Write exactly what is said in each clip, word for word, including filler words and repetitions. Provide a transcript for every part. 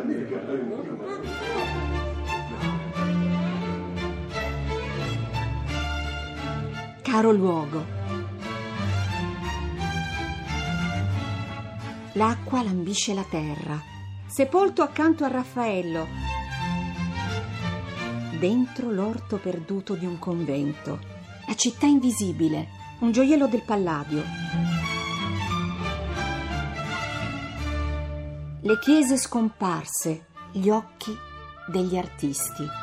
Caro luogo. L'acqua lambisce la terra, sepolto accanto a Raffaello, dentro l'orto perduto di un convento, la città invisibile, un gioiello del Palladio. Le chiese scomparse, gli occhi degli artisti.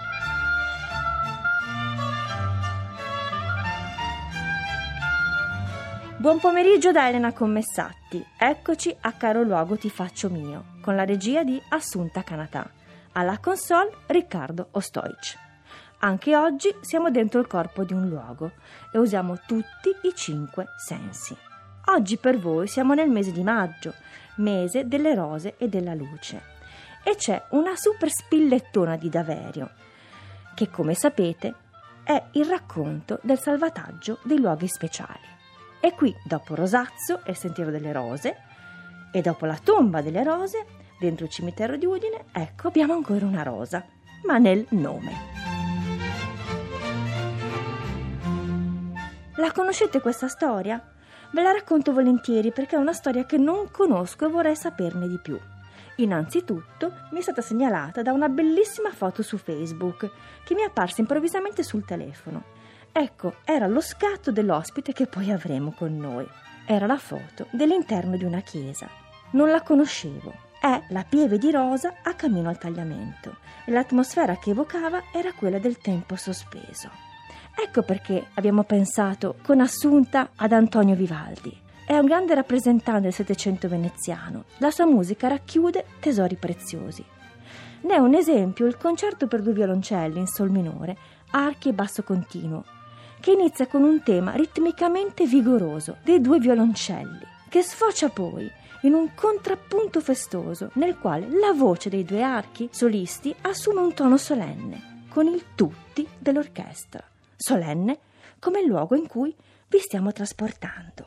Buon pomeriggio da Elena Commessatti. Eccoci a Caro Luogo ti faccio mio, con la regia di Assunta Canatà. Alla console Riccardo Ostoic. Anche oggi siamo dentro il corpo di un luogo e usiamo tutti i cinque sensi. Oggi per voi siamo nel mese di maggio, mese delle rose e della luce. E c'è una super spillettona di Daverio, che come sapete è il racconto del salvataggio dei luoghi speciali. E qui, dopo Rosazzo e il Sentiero delle Rose, e dopo la tomba delle rose, dentro il cimitero di Udine, ecco, abbiamo ancora una rosa, ma nel nome. La conoscete questa storia? Ve la racconto volentieri perché è una storia che non conosco e vorrei saperne di più. Innanzitutto mi è stata segnalata da una bellissima foto su Facebook che mi è apparsa improvvisamente sul telefono. Ecco, era lo scatto dell'ospite che poi avremo con noi. Era la foto dell'interno di una chiesa. Non la conoscevo. È la pieve di rosa a cammino al tagliamento e l'atmosfera che evocava era quella del tempo sospeso. Ecco perché abbiamo pensato con Assunta ad Antonio Vivaldi. È un grande rappresentante del Settecento veneziano. La sua musica racchiude tesori preziosi. Ne è un esempio il concerto per due violoncelli in sol minore, archi e basso continuo, che inizia con un tema ritmicamente vigoroso dei due violoncelli, che sfocia poi in un contrappunto festoso nel quale la voce dei due archi solisti assume un tono solenne, con il tutti dell'orchestra, solenne come il luogo in cui vi stiamo trasportando.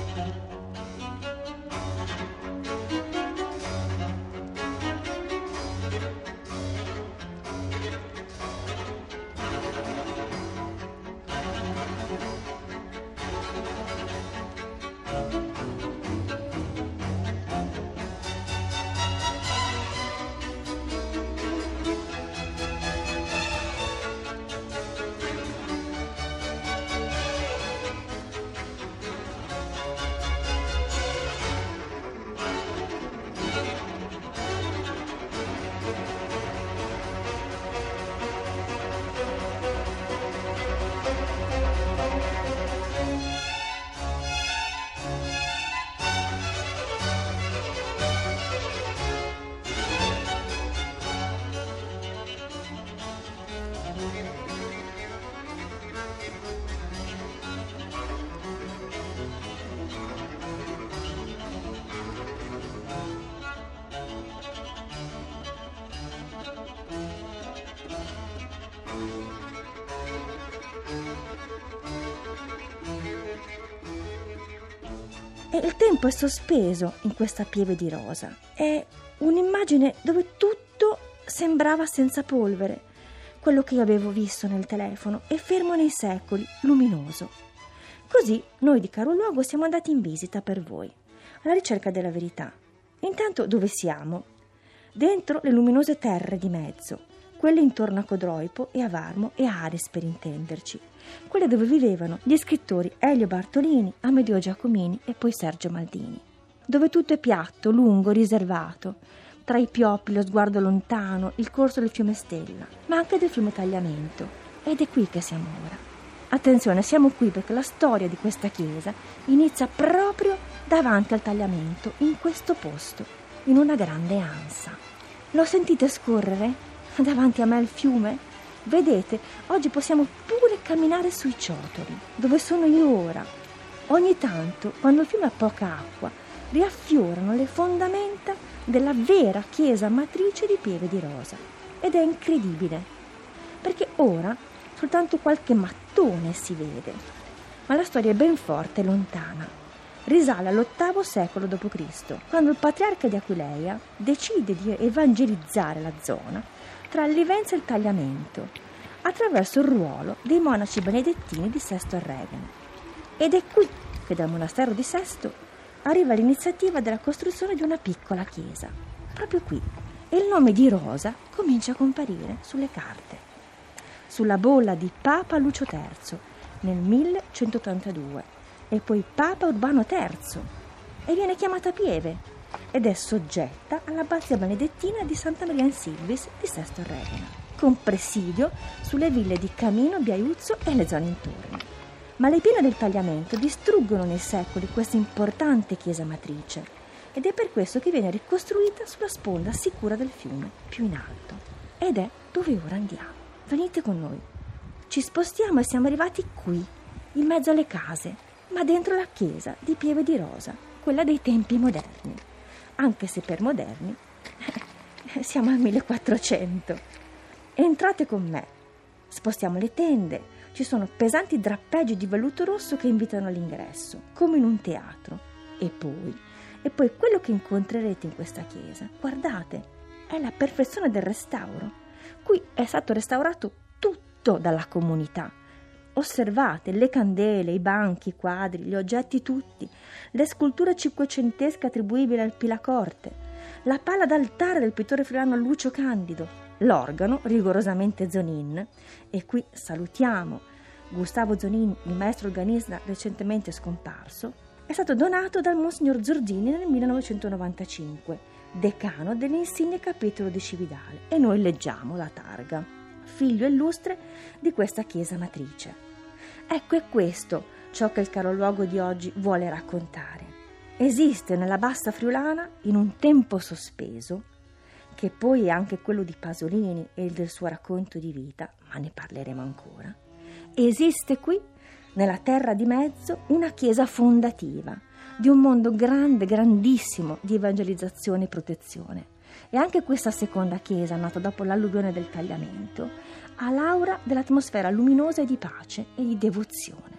E il tempo è sospeso in questa pieve di rosa. È un'immagine dove tutto sembrava senza polvere, quello che io avevo visto nel telefono, e fermo nei secoli, luminoso. Così noi di Caro Luogo siamo andati in visita per voi, alla ricerca della verità. Intanto dove siamo? Dentro le luminose terre di mezzo, quelle intorno a Codroipo e a Varmo e a Aris per intenderci, quelle dove vivevano gli scrittori Elio Bartolini, Amedeo Giacomini e poi Sergio Maldini, dove tutto è piatto, lungo, riservato, tra i pioppi, lo sguardo lontano, il corso del fiume Stella, ma anche del fiume Tagliamento, ed è qui che siamo ora. Attenzione, siamo qui perché la storia di questa chiesa inizia proprio davanti al Tagliamento, in questo posto, in una grande ansa. Lo sentite scorrere davanti a me il fiume? Vedete, oggi possiamo pure camminare sui ciotoli, dove sono io ora. Ogni tanto, quando il fiume ha poca acqua, riaffiorano le fondamenta della vera chiesa matrice di Pieve di Rosa. Ed è incredibile, perché ora soltanto qualche mattone si vede, ma la storia è ben forte e lontana. risale all'ottavo secolo dopo Cristo, quando il patriarca di Aquileia decide di evangelizzare la zona tra il Livenza e il Tagliamento, attraverso il ruolo dei monaci benedettini di Sesto e Regane. Ed è qui che dal monastero di Sesto arriva l'iniziativa della costruzione di una piccola chiesa, proprio qui, e il nome di Rosa comincia a comparire sulle carte. Sulla bolla di Papa Lucio terzo nel millecentottantadue e poi Papa Urbano terzo, e viene chiamata Pieve ed è soggetta all'abbazia benedettina di Santa Maria in Silvis di Sesto e Regina, con presidio sulle ville di Camino, Biaiuzzo e le zone intorno. Ma le piene del Tagliamento distruggono nei secoli questa importante chiesa matrice ed è per questo che viene ricostruita sulla sponda sicura del fiume, più in alto. Ed è dove ora andiamo. Venite con noi. Ci spostiamo e siamo arrivati qui, in mezzo alle case, ma dentro la chiesa di Pieve di Rosa, quella dei tempi moderni. Anche se per moderni siamo al millequattrocento. Entrate con me. Spostiamo le tende. Ci sono pesanti drappeggi di velluto rosso che invitano all'ingresso, come in un teatro. E poi, e poi quello che incontrerete in questa chiesa, guardate, è la perfezione del restauro. Qui è stato restaurato tutto dalla comunità. Osservate le candele, i banchi, i quadri, gli oggetti tutti, le sculture cinquecentesche attribuibili al Pilacorte, la pala d'altare del pittore friulano Lucio Candido, l'organo rigorosamente Zonin, e qui salutiamo Gustavo Zonin, il maestro organista recentemente scomparso, è stato donato dal Monsignor Zordini nel millenovecentonovantacinque, decano dell'insigne capitolo di Cividale, e noi leggiamo la targa, figlio illustre di questa chiesa matrice. Ecco, è questo ciò che il caro luogo di oggi vuole raccontare. Esiste nella bassa friulana, in un tempo sospeso, che poi è anche quello di Pasolini e del suo racconto di vita, ma ne parleremo ancora. Esiste qui, nella terra di mezzo, una chiesa fondativa di un mondo grande, grandissimo di evangelizzazione e protezione. E anche questa seconda chiesa, nata dopo l'alluvione del Tagliamento, ha l'aura dell'atmosfera luminosa e di pace e di devozione.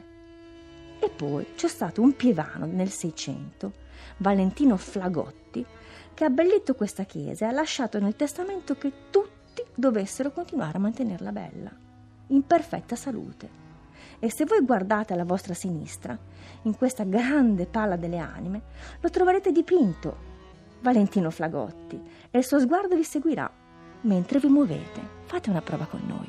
E poi c'è stato un pievano nel Seicento, Valentino Flagotti, che ha abbellito questa chiesa e ha lasciato nel testamento che tutti dovessero continuare a mantenerla bella, in perfetta salute. E se voi guardate alla vostra sinistra, in questa grande pala delle anime, lo troverete dipinto, Valentino Flagotti, e il suo sguardo vi seguirà mentre vi muovete. Fate una prova con noi.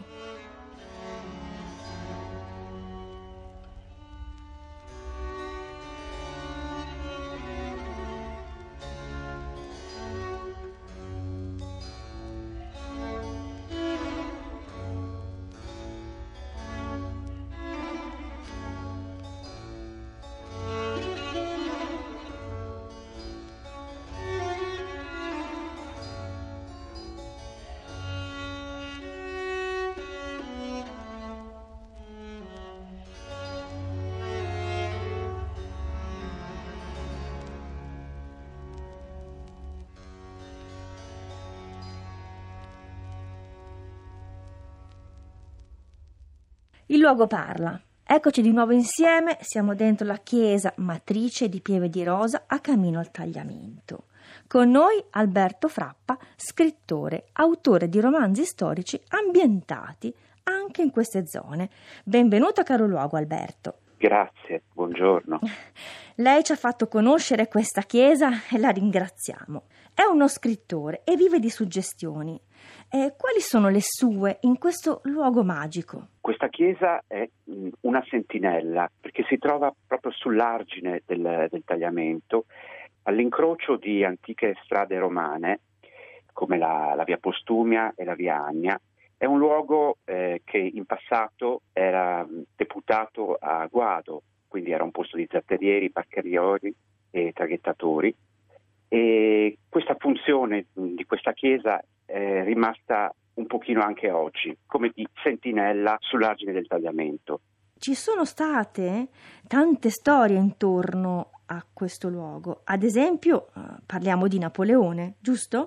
Il luogo parla. Eccoci di nuovo insieme, siamo dentro la chiesa matrice di Pieve di Rosa a Camino al Tagliamento. Con noi Alberto Frappa, scrittore, autore di romanzi storici ambientati anche in queste zone. Benvenuto a caro luogo, Alberto. Grazie, buongiorno. Lei ci ha fatto conoscere questa chiesa e la ringraziamo. È uno scrittore e vive di suggestioni. Eh, quali sono le sue in questo luogo magico? Questa chiesa è una sentinella perché si trova proprio sull'argine del, del Tagliamento, all'incrocio di antiche strade romane come la, la via Postumia e la via Agna. È un luogo eh, che in passato era deputato a Guado, quindi era un posto di zatterieri, barcaioli e traghettatori, e questa funzione di questa chiesa è rimasta un pochino anche oggi, come di sentinella sull'argine del Tagliamento. Ci sono state tante storie intorno a questo luogo, ad esempio parliamo di Napoleone, giusto?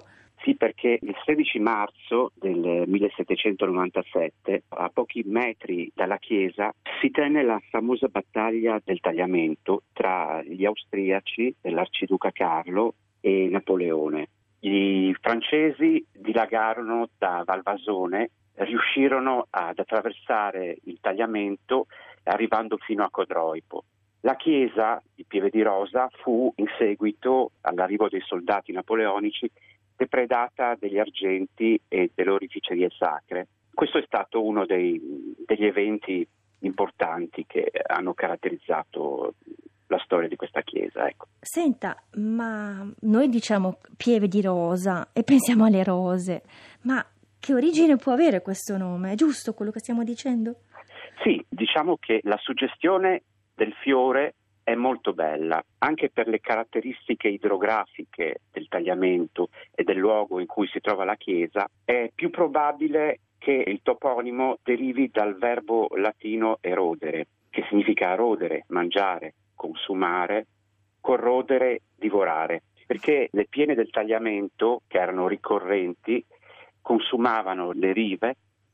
Sì, perché il sedici marzo del millesettecentonovantasette, a pochi metri dalla chiesa, si tenne la famosa battaglia del Tagliamento tra gli austriaci dell'arciduca Carlo e Napoleone. I francesi dilagarono da Valvasone, riuscirono ad attraversare il Tagliamento arrivando fino a Codroipo. La chiesa di Pieve di Rosa fu in seguito all'arrivo dei soldati napoleonici depredata degli argenti e delle oreficerie sacre. Questo è stato uno dei, degli eventi importanti che hanno caratterizzato la storia di questa chiesa. Ecco. Senta, ma noi diciamo Pieve di Rosa e pensiamo alle rose, ma che origine può avere questo nome? È giusto quello che stiamo dicendo? Sì, diciamo che la suggestione del fiore è molto bella, anche per le caratteristiche idrografiche del Tagliamento e del luogo in cui si trova la chiesa. È più probabile che il toponimo derivi dal verbo latino erodere, che significa rodere, mangiare, consumare, corrodere, divorare, perché le piene del Tagliamento, che erano ricorrenti, consumavano le rive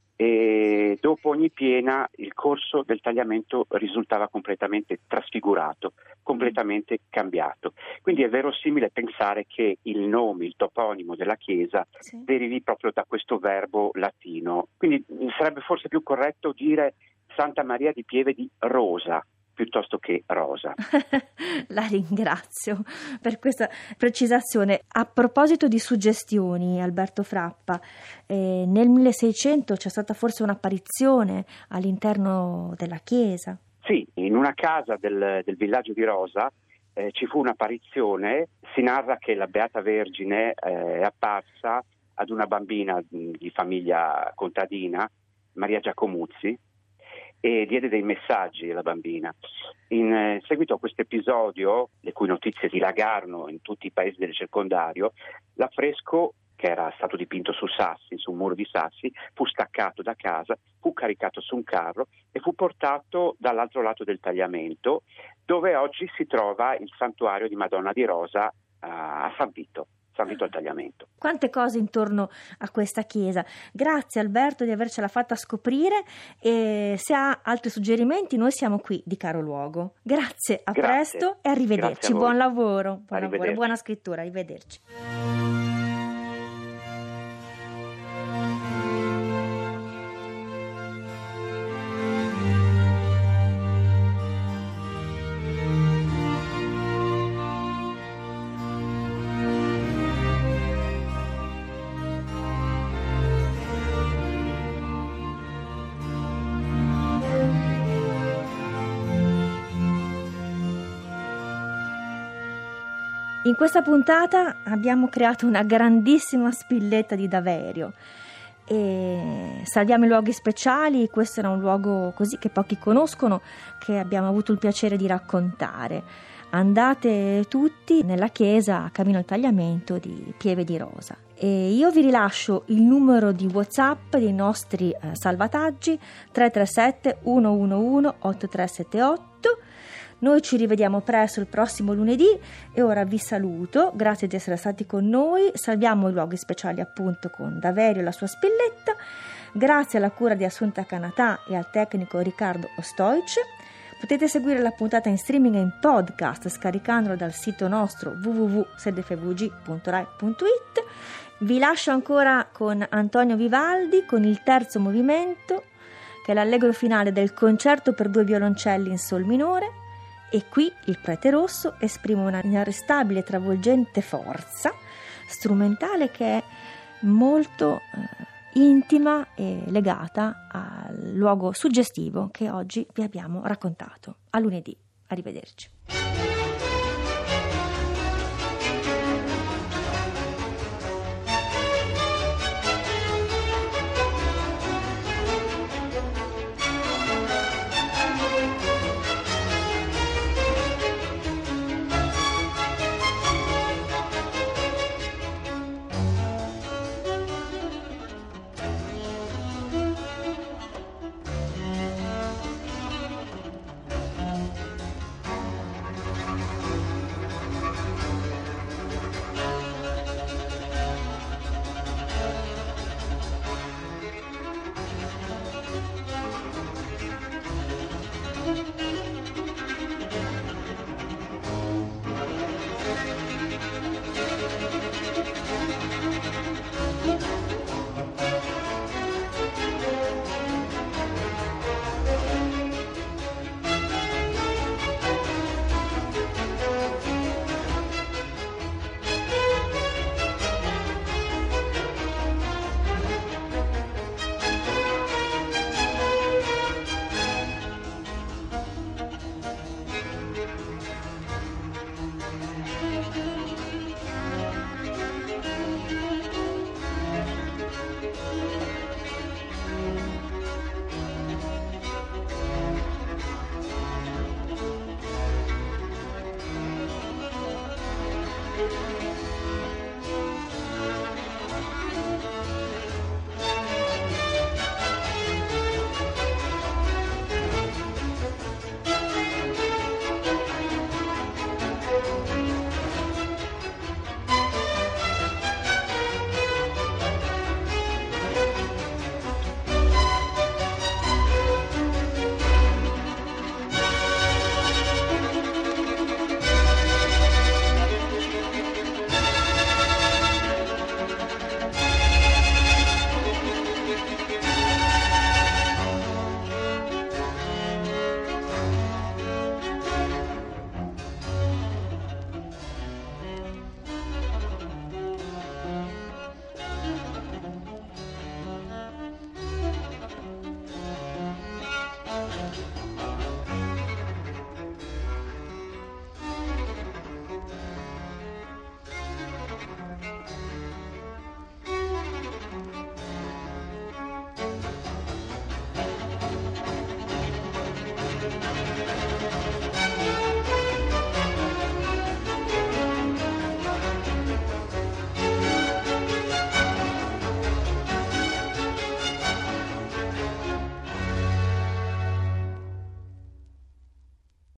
e dopo ogni piena il corso del Tagliamento risultava completamente trasfigurato, completamente cambiato. Quindi è verosimile pensare che il nome, il toponimo della chiesa sì. derivi proprio da questo verbo latino. Quindi sarebbe forse più corretto dire Santa Maria di Pieve di Rosa piuttosto che Rosa. La ringrazio per questa precisazione. A proposito di suggestioni, Alberto Frappa, eh, nel milleseicento c'è stata forse un'apparizione all'interno della chiesa? Sì, in una casa del, del villaggio di Rosa eh, ci fu un'apparizione. Si narra che la Beata Vergine eh, è apparsa ad una bambina di famiglia contadina, Maria Giacomuzzi, e diede dei messaggi alla bambina. In eh, seguito a questo episodio, le cui notizie dilagarono in tutti i paesi del circondario, l'affresco, che era stato dipinto su sassi, su un muro di sassi, fu staccato da casa, fu caricato su un carro e fu portato dall'altro lato del Tagliamento, dove oggi si trova il santuario di Madonna di Rosa a, a San Vito. San Vito al Tagliamento. Quante cose intorno a questa chiesa. Grazie Alberto di avercela fatta scoprire, e se ha altri suggerimenti noi siamo qui di Caro Luogo. Grazie, a Grazie. presto e arrivederci. Buon lavoro, buon lavoro, buona scrittura, arrivederci. In questa puntata abbiamo creato una grandissima spilletta di Daverio e salviamo i luoghi speciali. Questo era un luogo così che pochi conoscono, che abbiamo avuto il piacere di raccontare. Andate tutti nella chiesa a Cammino al Tagliamento di Pieve di Rosa. E io vi rilascio il numero di WhatsApp dei nostri eh, salvataggi tre tre sette uno uno uno otto tre sette otto. Noi ci rivediamo presto il prossimo lunedì e ora vi saluto, grazie di essere stati con noi. Salviamo i luoghi speciali appunto con Daverio e la sua spilletta, grazie alla cura di Assunta Canatà e al tecnico Riccardo Ostoic. Potete seguire la puntata in streaming e in podcast scaricandolo dal sito nostro w w w punto sede f v g punto rai punto i t. Vi lascio ancora con Antonio Vivaldi con il terzo movimento, che è l'allegro finale del concerto per due violoncelli in sol minore. E qui il Prete Rosso esprime una inarrestabile e travolgente forza strumentale che è molto eh, intima e legata al luogo suggestivo che oggi vi abbiamo raccontato. A lunedì, arrivederci.